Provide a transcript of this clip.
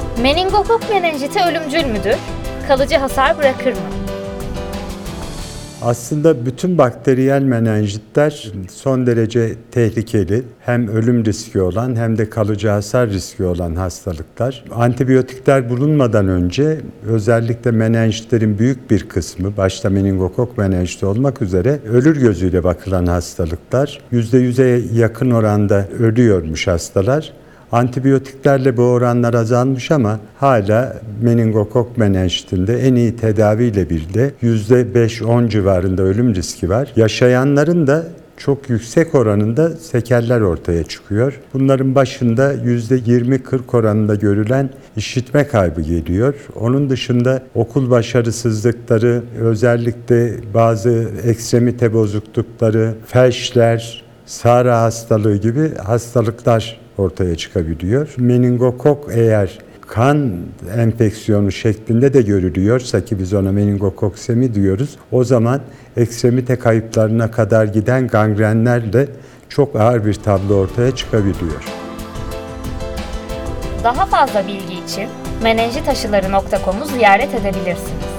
Meningokok menenjiti ölümcül müdür? Kalıcı hasar bırakır mı? Aslında bütün bakteriyel menenjitler son derece tehlikeli. Hem ölüm riski olan hem de kalıcı hasar riski olan hastalıklar. Antibiyotikler bulunmadan önce özellikle menenjitlerin büyük bir kısmı, başta meningokok menenjiti olmak üzere ölür gözüyle bakılan hastalıklar. %100'e yakın oranda ölüyormuş hastalar. Antibiyotiklerle bu oranlar azalmış ama hala meningokok menenjitinde en iyi tedaviyle birlikte %5-10 civarında ölüm riski var. Yaşayanların da çok yüksek oranında sekeller ortaya çıkıyor. Bunların başında %20-40 oranında görülen işitme kaybı geliyor. Onun dışında okul başarısızlıkları, özellikle bazı ekstremite bozuklukları, felçler, Sara hastalığı gibi hastalıklar ortaya çıkabiliyor. Meningokok eğer kan enfeksiyonu şeklinde de görülüyorsa ki biz ona meningokoksemi diyoruz, o zaman ekstremite kayıplarına kadar giden gangrenlerle çok ağır bir tablo ortaya çıkabiliyor. Daha fazla bilgi için menenjitaşıları.com'u ziyaret edebilirsiniz.